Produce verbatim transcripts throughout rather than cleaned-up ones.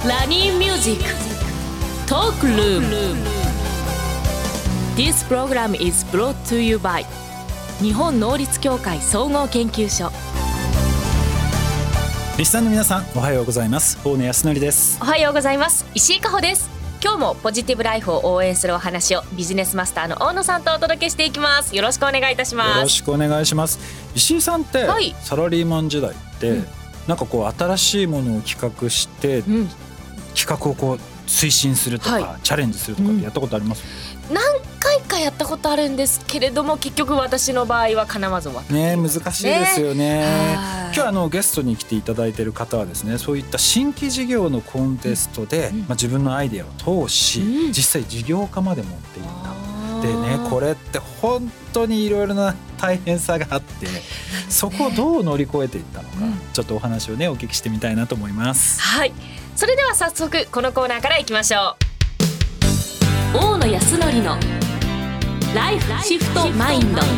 ラニーミュージックトークルーム This program is brought to you by 日本能率協会総合研究所。 リスナーの皆さんおはようございます。大野康則です。 おはようございます。石井加穂です。今日もポジティブライフを応援するお話をビジネスマスターの大野さんとお届けしていきます。よろしくお願いいたします。 よろしくお願いします。石井さんって、はい、サラリーマン時代って、うん、なんかこう新しいものを企画して、うん、企画をこう推進するとか、はい、チャレンジするとかってやったことあります？ うん、何回かやったことあるんですけれども、結局私の場合は叶わず終わったね。 難しいですよね。今日あのゲストに来ていただいている方はですね、そういった新規事業のコンテストで、うんまあ、自分のアイデアを通し、うん、実際事業化まで持っていった。でね、これって本当にいろいろな大変さがあってそこをどう乗り越えていったのか、うん、ちょっとお話をねお聞きしてみたいなと思います。 はい、それでは早速このコーナーからいきましょう。大野康則のライフシフトマインド。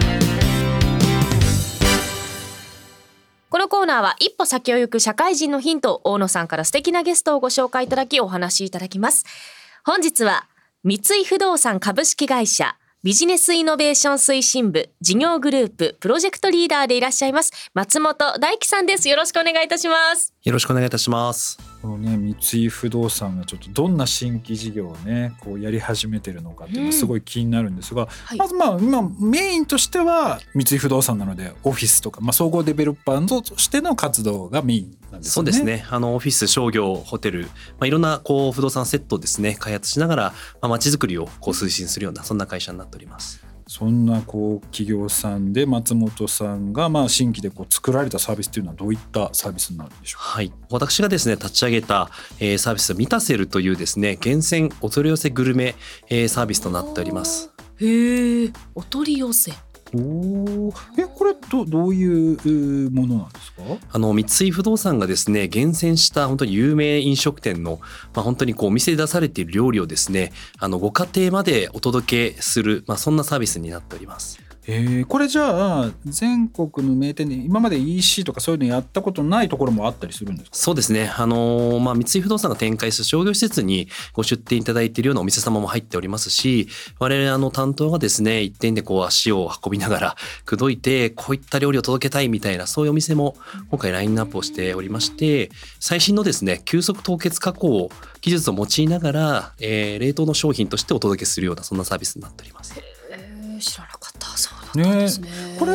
このコーナーは一歩先を行く社会人のヒントを大野さんから素敵なゲストをご紹介いただきお話しいただきます。本日は三井不動産株式会社ビジネスイノベーション推進部事業グループプロジェクトリーダーでいらっしゃいます松本大樹さんです。よろしくお願いいたします。 よろしくお願いいたします。 このね、三井不動産がちょっとどんな新規事業をねこうやり始めてるのかっていうのがすごい気になるんですが、うんはい、まずまあ今メインとしては三井不動産なのでオフィスとか、まあ、総合デベロッパーとしての活動がメインなんですね。 そうですね。あのオフィス、商業、ホテル、まあ、いろんなこう不動産セットをですね開発しながら、まあ、街づくりをこう推進するようなそんな会社になっております。 そんなこう企業さんで松本さんがまあ新規でこう作られたサービスというのはどういったサービスになるんでしょうか？ はい、私がですね立ち上げた、えー、サービスミタセルというですね厳選お取り寄せグルメ、えー、サービスとなっております。 へえ、お取り寄せ。 おえこれ ど, どういうものなんですか？ あの三井不動産がですね厳選した本当に有名飲食店の、まあ、本当にこうお店で出されている料理をですねあのご家庭までお届けする、まあ、そんなサービスになっております。 えー、これじゃあ全国の名店で今まで イーシー とかそういうのやったことないところもあったりするんですか？ そうですね。あのーまあ、三井不動産が展開する商業施設にご出店いただいているようなお店様も入っておりますし、我々あの担当がですね一点でこう足を運びながら口説いてこういった料理を届けたいみたいなそういうお店も今回ラインナップをしておりまして、最新のですね急速凍結加工技術を用いながら、えー、冷凍の商品としてお届けするようなそんなサービスになっております。 へー、知らなかった。そうだったんですね。 ね、これって、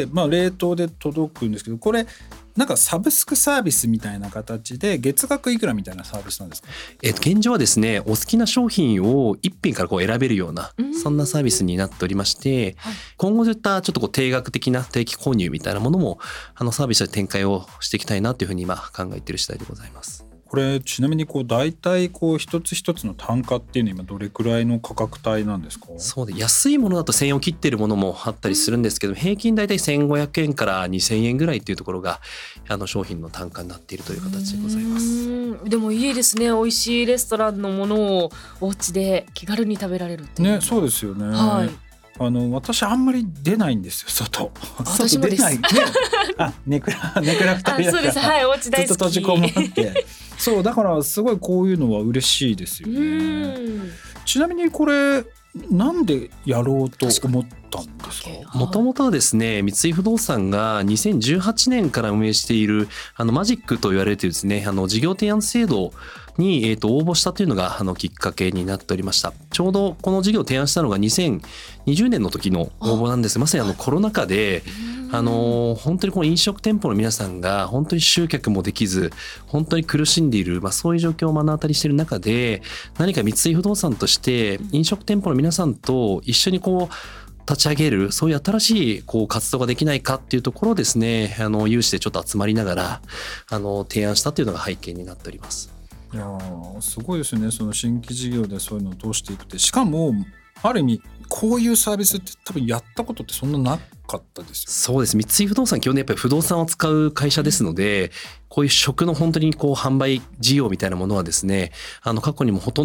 まあ、冷凍で届くんですけど、これなんかサブスクサービスみたいな形で月額いくらみたいなサービスなんですか？ えっと、現状はですねお好きな商品を一品からこう選べるようなそんなサービスになっておりまして、はい、今後そういったちょっとこう定額的な定期購入みたいなものもあのサービスで展開をしていきたいなというふうに今考えている次第でございます。 これちなみにこう大体こう一つ一つの単価っていうのは今どれくらいの価格帯なんですか？ そうで安いものだとせんえんを切っているものもあったりするんですけど、平均大体せんごひゃくえんからにせんえんぐらいっていうところがあの商品の単価になっているという形でございます。 うーん、でもいいですね。美味しいレストランのものをお家で気軽に食べられるっていうね。そうですよね。 はい。 あの私あんまり出ないんですよ外。 私もです。 外出ない、ね、あネクラネクラふたりだから。 そうです。はい、お家大好き。 ずっと閉じこもってそうだからすごいこういうのは嬉しいですよね。 うん、 ちなみにこれなんでやろうと思ったんですか？ もともとはですね三井不動産がにせんじゅうはちねんから運営しているあのマジックと言われているですねあの事業提案制度に、えー、と応募したというのがあのきっかけになっておりました。ちょうどこの事業を提案したのがにせんにじゅうねんの時の応募なんです。まさにあのコロナ禍であの本当にこの飲食店舗の皆さんが本当に集客もできず本当に苦しんでいる、まあ、そういう状況を目の当たりしている中で、何か三井不動産として飲食店舗の皆さんと一緒にこう立ち上げるそういう新しいこう活動ができないかっていうところをですねあの有志でちょっと集まりながらあの提案したというのが背景になっております。 いやすごいですね。その新規事業でそういうのを通していくって、しかもある意味こういうサービスって多分やったことってそんななかったですよ。 そうです。三井不動産基本でやっぱり不動産を使う会社ですので、こういう食の本当にこう販売事業みたいなものはですねあの過去にもほとんどこう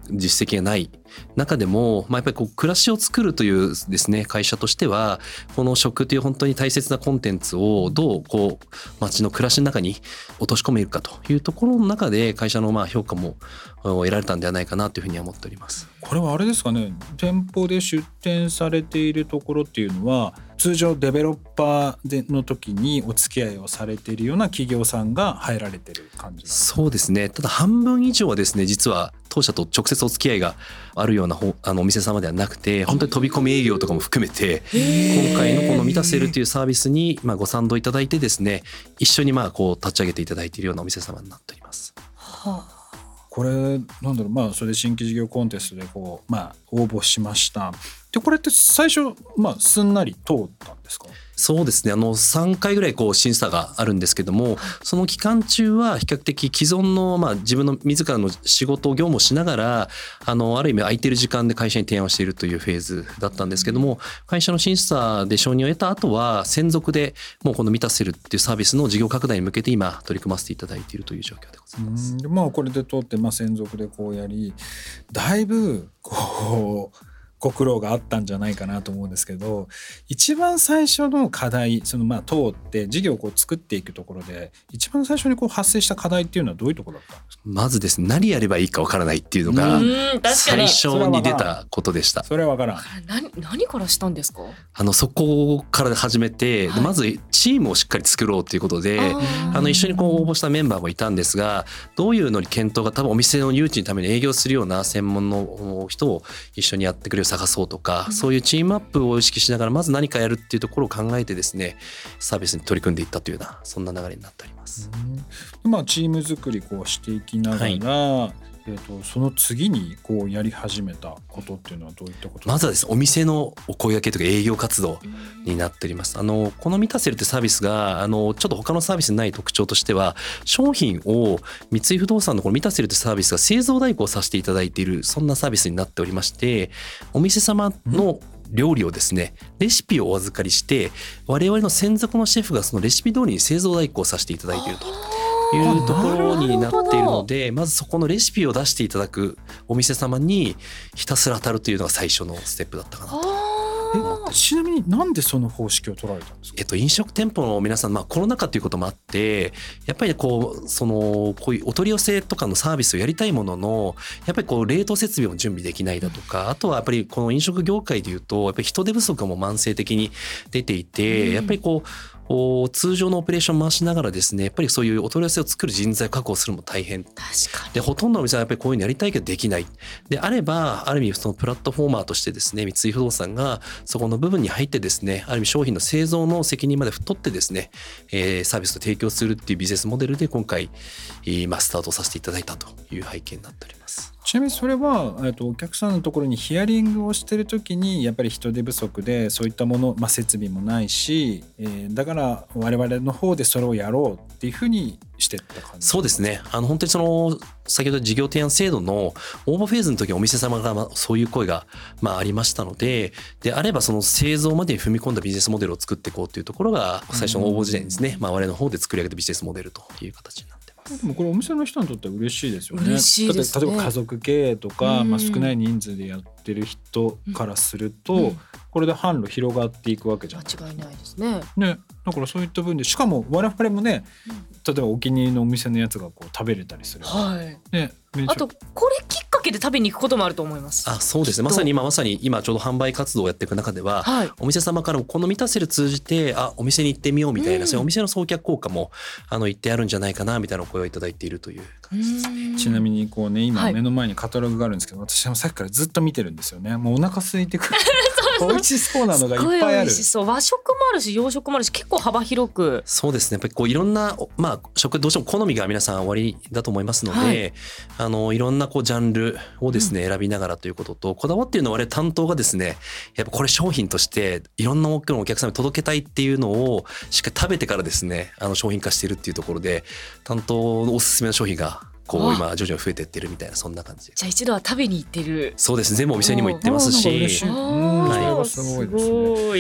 実績がない中でも、まあ、やっぱりこう暮らしを作るというですね会社としてはこの食という本当に大切なコンテンツをどうこう街の暮らしの中に落とし込めるかというところの中で会社のまあ評価も得られたんではないかなというふうに思っております。 これはあれですかね、店舗で出店されているところっていうのは通常デベロッパーでの時にお付き合いをされているような企業さんが入られてる感じなんですか？ そうですね。ただ半分以上はですね実は当社と直接お付き合いがあるようなあのお店様ではなくて本当に飛び込み営業とかも含めて今回のこのミタセルというサービスにまあご賛同いただいてですね一緒にまあこう立ち上げていただいているようなお店様になっております。 はあ、これなんだろう、まあそれで新規事業コンテストでこうまあ応募しました。でこれって最初まあすんなり通ったんですか？ そうですね。あのさんかいぐらいこう審査があるんですけどもその期間中は比較的既存のまあ自分の自らの仕事業務をしながらあのある意味空いてる時間で会社に提案をしているというフェーズだったんですけども会社の審査で承認を得た後は専属でもうこのミタセルっていうサービスの事業拡大に向けて今取り組ませていただいているという状況でございます。 うん、まあこれで通ってまあ専属でこうやりだいぶこうご苦労があったんじゃないかなと思うんですけど一番最初の課題そのまあ通って事業をこう作っていくところで一番最初にこう発生した課題っていうのはどういうところだったんですか？ まずですね何やればいいかわからないっていうのが最初に出たことでした。 それはわからん。 何, 何からしたんですか？ あのそこから始めて、はい、まずチームをしっかり作ろうということであの一緒にこう応募したメンバーもいたんですがどういうのに検討が多分お店の誘致のために営業するような専門の人を一緒にやってくれる探そうとか、うん、そういうチームアップを意識しながらまず何かやるっていうところを考えてですねサービスに取り組んでいったというようなそんな流れになっております。 うん、まあ、チーム作りこうしていきながら、はい、えー、とその次にこうやり始めたことっていうのはどういったことですか？ まずはですねお店のお声掛けとか営業活動になっております。あのこのミタセルってサービスがあのちょっと他のサービスにない特徴としては商品を三井不動産のこのミタセルってサービスが製造代行させていただいているそんなサービスになっておりましてお店様の料理をですねレシピをお預かりして我々の専属のシェフがそのレシピ通りに製造代行させていただいているというところになっているのでまずそこのレシピを出していただくお店様にひたすら当たるというのが最初のステップだったかなと。 えちなみになんでその方式を取られたんですか？ えっと、飲食店舗の皆さん、まあ、コロナ禍ということもあってやっぱりこうそのこういうお取り寄せとかのサービスをやりたいもののやっぱりこう冷凍設備も準備できないだとかあとはやっぱりこの飲食業界でいうとやっぱり人手不足がもう慢性的に出ていて、うん、やっぱりこう通常のオペレーションを回しながらですねやっぱりそういうお取り寄せを作る人材を確保するのも大変確かにでほとんどの店はやっぱりこういうのやりたいけどできないであればある意味そのプラットフォーマーとしてですね三井不動産がそこの部分に入ってですねある意味商品の製造の責任まで太ってですね、えー、サービスを提供するっていうビジネスモデルで今回今スタートさせていただいたという背景になっております。 ちなみにそれは、えっと、お客さんのところにヒアリングをしているときにやっぱり人手不足でそういったもの、まあ、設備もないし、えー、だから我々の方でそれをやろうっていうふうにしてった感じ。 そうですね。あの本当にその先ほど事業提案制度の応募フェーズの時にお店様からそういう声がまあありましたのでであればその製造までに踏み込んだビジネスモデルを作っていこうというところが最初の応募時代にですね、まあ、我々の方で作り上げたビジネスモデルという形になってます。 でもこれお店の人にとっては嬉しいですよね。 嬉しいですね。 例えば家族経営とか、まあ、少ない人数でやってる人からすると、うんうん、これで販路広がっていくわけじゃないですか。 間違いないですね。 ね、だからそういった分でしかも我々もね、うん、例えばお気に入りのお店のやつがこう食べれたりする、 はいね、 あとこれきっかけで食べに行くこともあると思います。 あ、そうですね。まさに今まさに今ちょうど販売活動をやっていく中では、はい、お店様からもこのミタセル通じてあお店に行ってみようみたいな、うん、そういうお店の送客効果もあの言ってあるんじゃないかなみたいな声をいただいているという感じですね。 ちなみにこうね今目の前にカタログがあるんですけど、はい、私もさっきからずっと見てるんですよね。もうお腹空いてくる美味しそうなのがいっぱいある。 そう和食もあるし洋食もあるし結構幅広く。 そうですね。やっぱりこういろんな、まあ、食どうしても好みが皆さんおありだと思いますので、はい、あのいろんなこうジャンルをですね、うん、選びながらということとこだわっているのは我々担当がですねやっぱこれ商品としていろんな多くのお客様に届けたいっていうのをしっかり食べてからですねあの商品化しているっていうところで担当のおすすめの商品がこう今徐々に増えていってるみたいなそんな感じ。 じゃあ一度は食べに行ってる。 そうですね。全部お店にも行ってますし、 嬉しい。うん、それはすごいですね。ち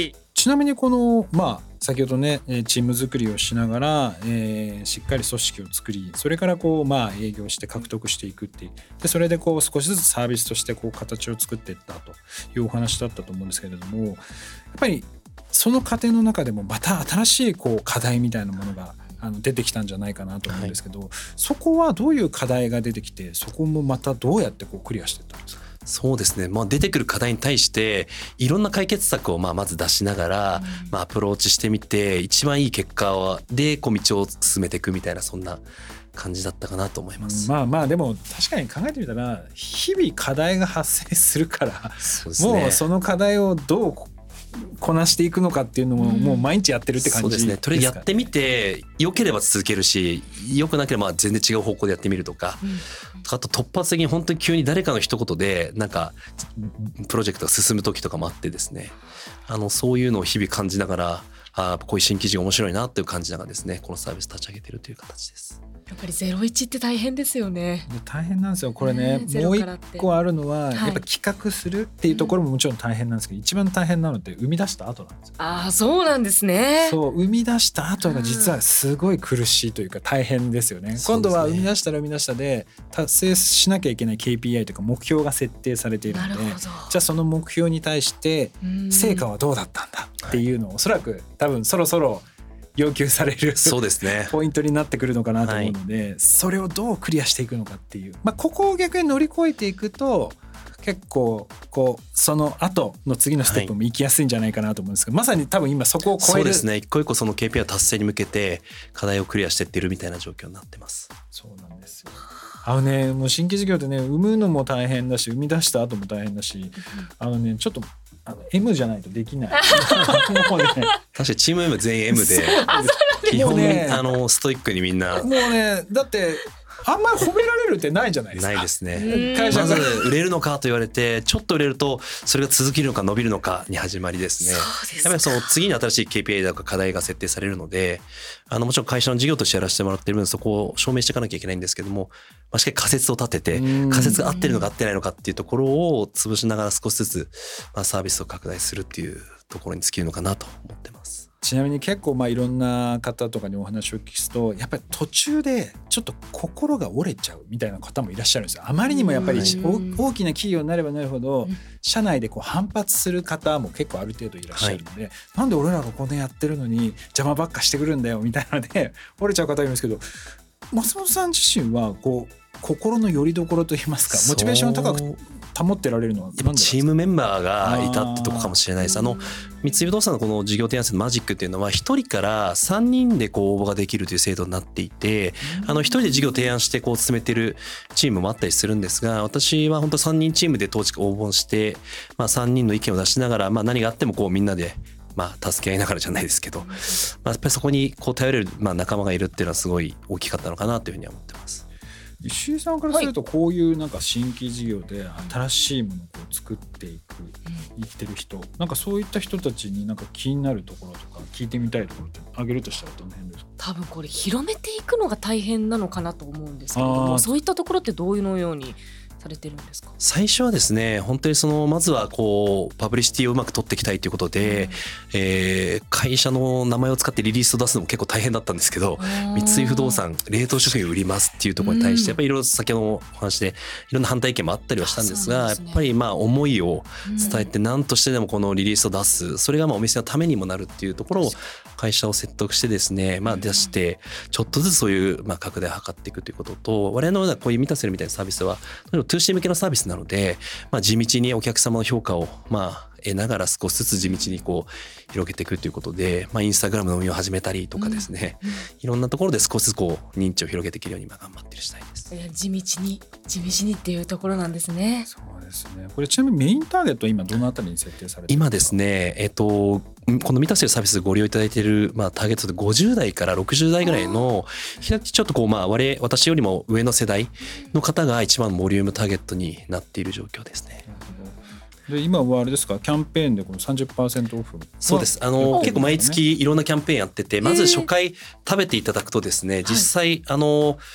ちなみにこのまあ先ほどねチーム作りをしながら、えー、しっかり組織を作り、それからこうまあ営業して獲得していくっていう、でそれでこう少しずつサービスとしてこう形を作っていったというお話だったと思うんですけれども、やっぱりその過程の中でもまた新しいこう課題みたいなものがあの出てきたんじゃないかなと思うんですけど、はい、そこはどういう課題が出てきて、そこもまたどうやってこうクリアしていったんですか？ そうですね、まあ、出てくる課題に対していろんな解決策をまあまず出しながら、うんまあ、アプローチしてみて一番いい結果でこう道を進めていくみたいな、そんな感じだったかなと思います。 うん、まあまあでも確かに考えてみたら日々課題が発生するから、そうですね、もうその課題をどうこなしていくのかっていうのももう毎日やってるって感じですかね。 そうですね、とりあえずやってみて良ければ続けるし、良くなければ全然違う方向でやってみるとか、うん、あと突発的に本当に急に誰かの一言でなんかプロジェクトが進む時とかもあってですね、あのそういうのを日々感じながら、あこういう新規事業面白いなっていう感じながらですね、このサービス立ち上げてるという形です。 やっぱりゼロイチって大変ですよね。 大変なんですよこれね。もう一個あるのは、はい、やっぱ企画するっていうところももちろん大変なんですけど、うん、一番大変なのって生み出した後なんですよ。 ああそうなんですね。 そう生み出した後が実はすごい苦しいというか大変ですよね。うん、今度は生み出したら生み出したで達成しなきゃいけない ケーピーアイ とか目標が設定されているので、じゃあその目標に対して成果はどうだったんだっていうのをおそらく多分そろそろ要求されるそうですねポイントになってくるのかなと思うので、はい、それをどうクリアしていくのかっていう、まあ、ここを逆に乗り越えていくと結構こうその後の次のステップも行きやすいんじゃないかなと思うんですけど、はい、まさに多分今そこを超える。 そうですね、一個一個その ケーピーアイ 達成に向けて課題をクリアしていってるみたいな状況になってます。 そうなんですよ。あのね、もう新規事業ってね、生むのも大変だし生み出した後も大変だし、あのねちょっとあの エム じゃないとできないもう、ね、 確かにチーム エム 全員 エム で基本、ね、あのストイックにみんなもうね、だってあんまり褒められるってないじゃないですか。 ないですね。会社まず売れるのかと言われてちょっと売れるとそれが続けるのか伸びるのかに始まりですね。そうですか。やっぱりその次に新しい ケーピーアイ とか課題が設定されるので、あのもちろん会社の事業としてやらせてもらってる分そこを証明していかなきゃいけないんですけども、まあ、しっかり仮説を立てて仮説が合ってるのか合ってないのかっていうところを潰しながら少しずつまあサービスを拡大するっていうところに尽きるのかなと思ってます。 ちなみに結構まあいろんな方とかにお話を聞くと、やっぱり途中でちょっと心が折れちゃうみたいな方もいらっしゃるんですよ。あまりにもやっぱり大きな企業になればなるほど社内でこう反発する方も結構ある程度いらっしゃるので、はい、なんで俺らがこんなやってるのに邪魔ばっかしてくるんだよみたいなので折れちゃう方いるんですけど、松本さん自身はこう心の拠り所といいますか、モチベーションを高く保ってられるのは何でですか？ チームメンバーがいたってとこかもしれないです。あの三井不動産のこの事業提案制のマジックっていうのはひとりからさんにんでこう応募ができるという制度になっていて、あのひとりで事業提案してこう進めてるチームもあったりするんですが、私は本当さんにんチームで当時応募して、まあ、さんにんの意見を出しながら、まあ、何があってもこうみんなでまあ助け合いながらじゃないですけど、まあ、やっぱりそこにこう頼れるまあ仲間がいるっていうのはすごい大きかったのかなというふうには思ってます。 石井さんからするとこういうなんか新規事業で新しいものをこう作っていく生きてる人、なんかそういった人たちになんか気になるところとか聞いてみたいところって挙げるとしたらどの辺ですか？ 多分これ広めていくのが大変なのかなと思うんですけれども、そういったところってどういうのようにされてるんですか？ 最初はですね、本当にそのまずはこうパブリシティをうまく取っていきたいということで、うんえー、会社の名前を使ってリリースを出すのも結構大変だったんですけど、三井不動産冷凍食品を売りますっていうところに対してやっぱりいろいろ先ほどのお話でいろんな反対意見もあったりはしたんですが、やっぱりまあ思いを伝えて何としてでもこのリリースを出す、それがまあお店のためにもなるっていうところを会社を説得してですね、まあ出してちょっとずつそういうまあ拡大を図っていくということと、我々のようなこういうミタセルみたいなサービスはツーシー 向けのサービスなので、まあ、地道にお客様の評価をまあ得ながら少しずつ地道にこう広げていくということで、まあ、インスタグラムの運用を始めたりとかですね、うんうん、いろんなところで少しずつこう認知を広げていけるように今頑張っている次第です。 いや地道に地道にっていうところなんですね。 そうですね。これちなみにメインターゲットは今どのあたりに設定されているんですか？ 今ですね、えっと、このミタセルサービスご利用いただいている、まあ、ターゲットでごじゅう代からろくじゅう代ぐらいのちょっとこう、まあ、我私よりも上の世代の方が一番のボリュームターゲットになっている状況ですね。 で今はあれですか、キャンペーンでこの さんじゅっパーセント オフ。 そうです。あの結構毎月いろんなキャンペーンやってて、まず初回食べていただくとですね、実際あの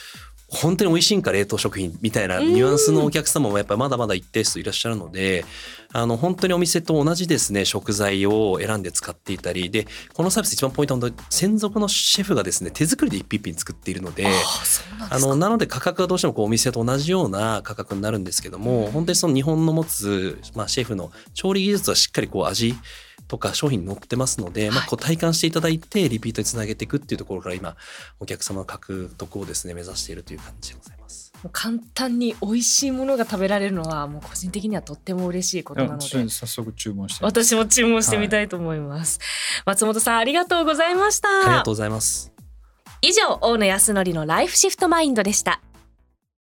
本当に美味しいんか冷凍食品みたいなニュアンスのお客様もやっぱりまだまだ一定数いらっしゃるので、あの本当にお店と同じですね食材を選んで使っていたりで、このサービス一番ポイントは本当に専属のシェフがですね手作りで一品一品作っているので、 あそうなんであすか。 のなので価格はどうしてもこうお店と同じような価格になるんですけども、本当にその日本の持つ、まあ、シェフの調理技術はしっかりこう味とか商品に載ってますので、まあ、こう体感していただいてリピートにつなげていくっていうところから今お客様の獲得をですね目指しているという感じでございます。 もう簡単に美味しいものが食べられるのはもう個人的にはとっても嬉しいことなので、 早速注文して私も注文してみたいと思います、はい、松本さんありがとうございました。 ありがとうございます。 以上大野康則のライフシフトマインドでした。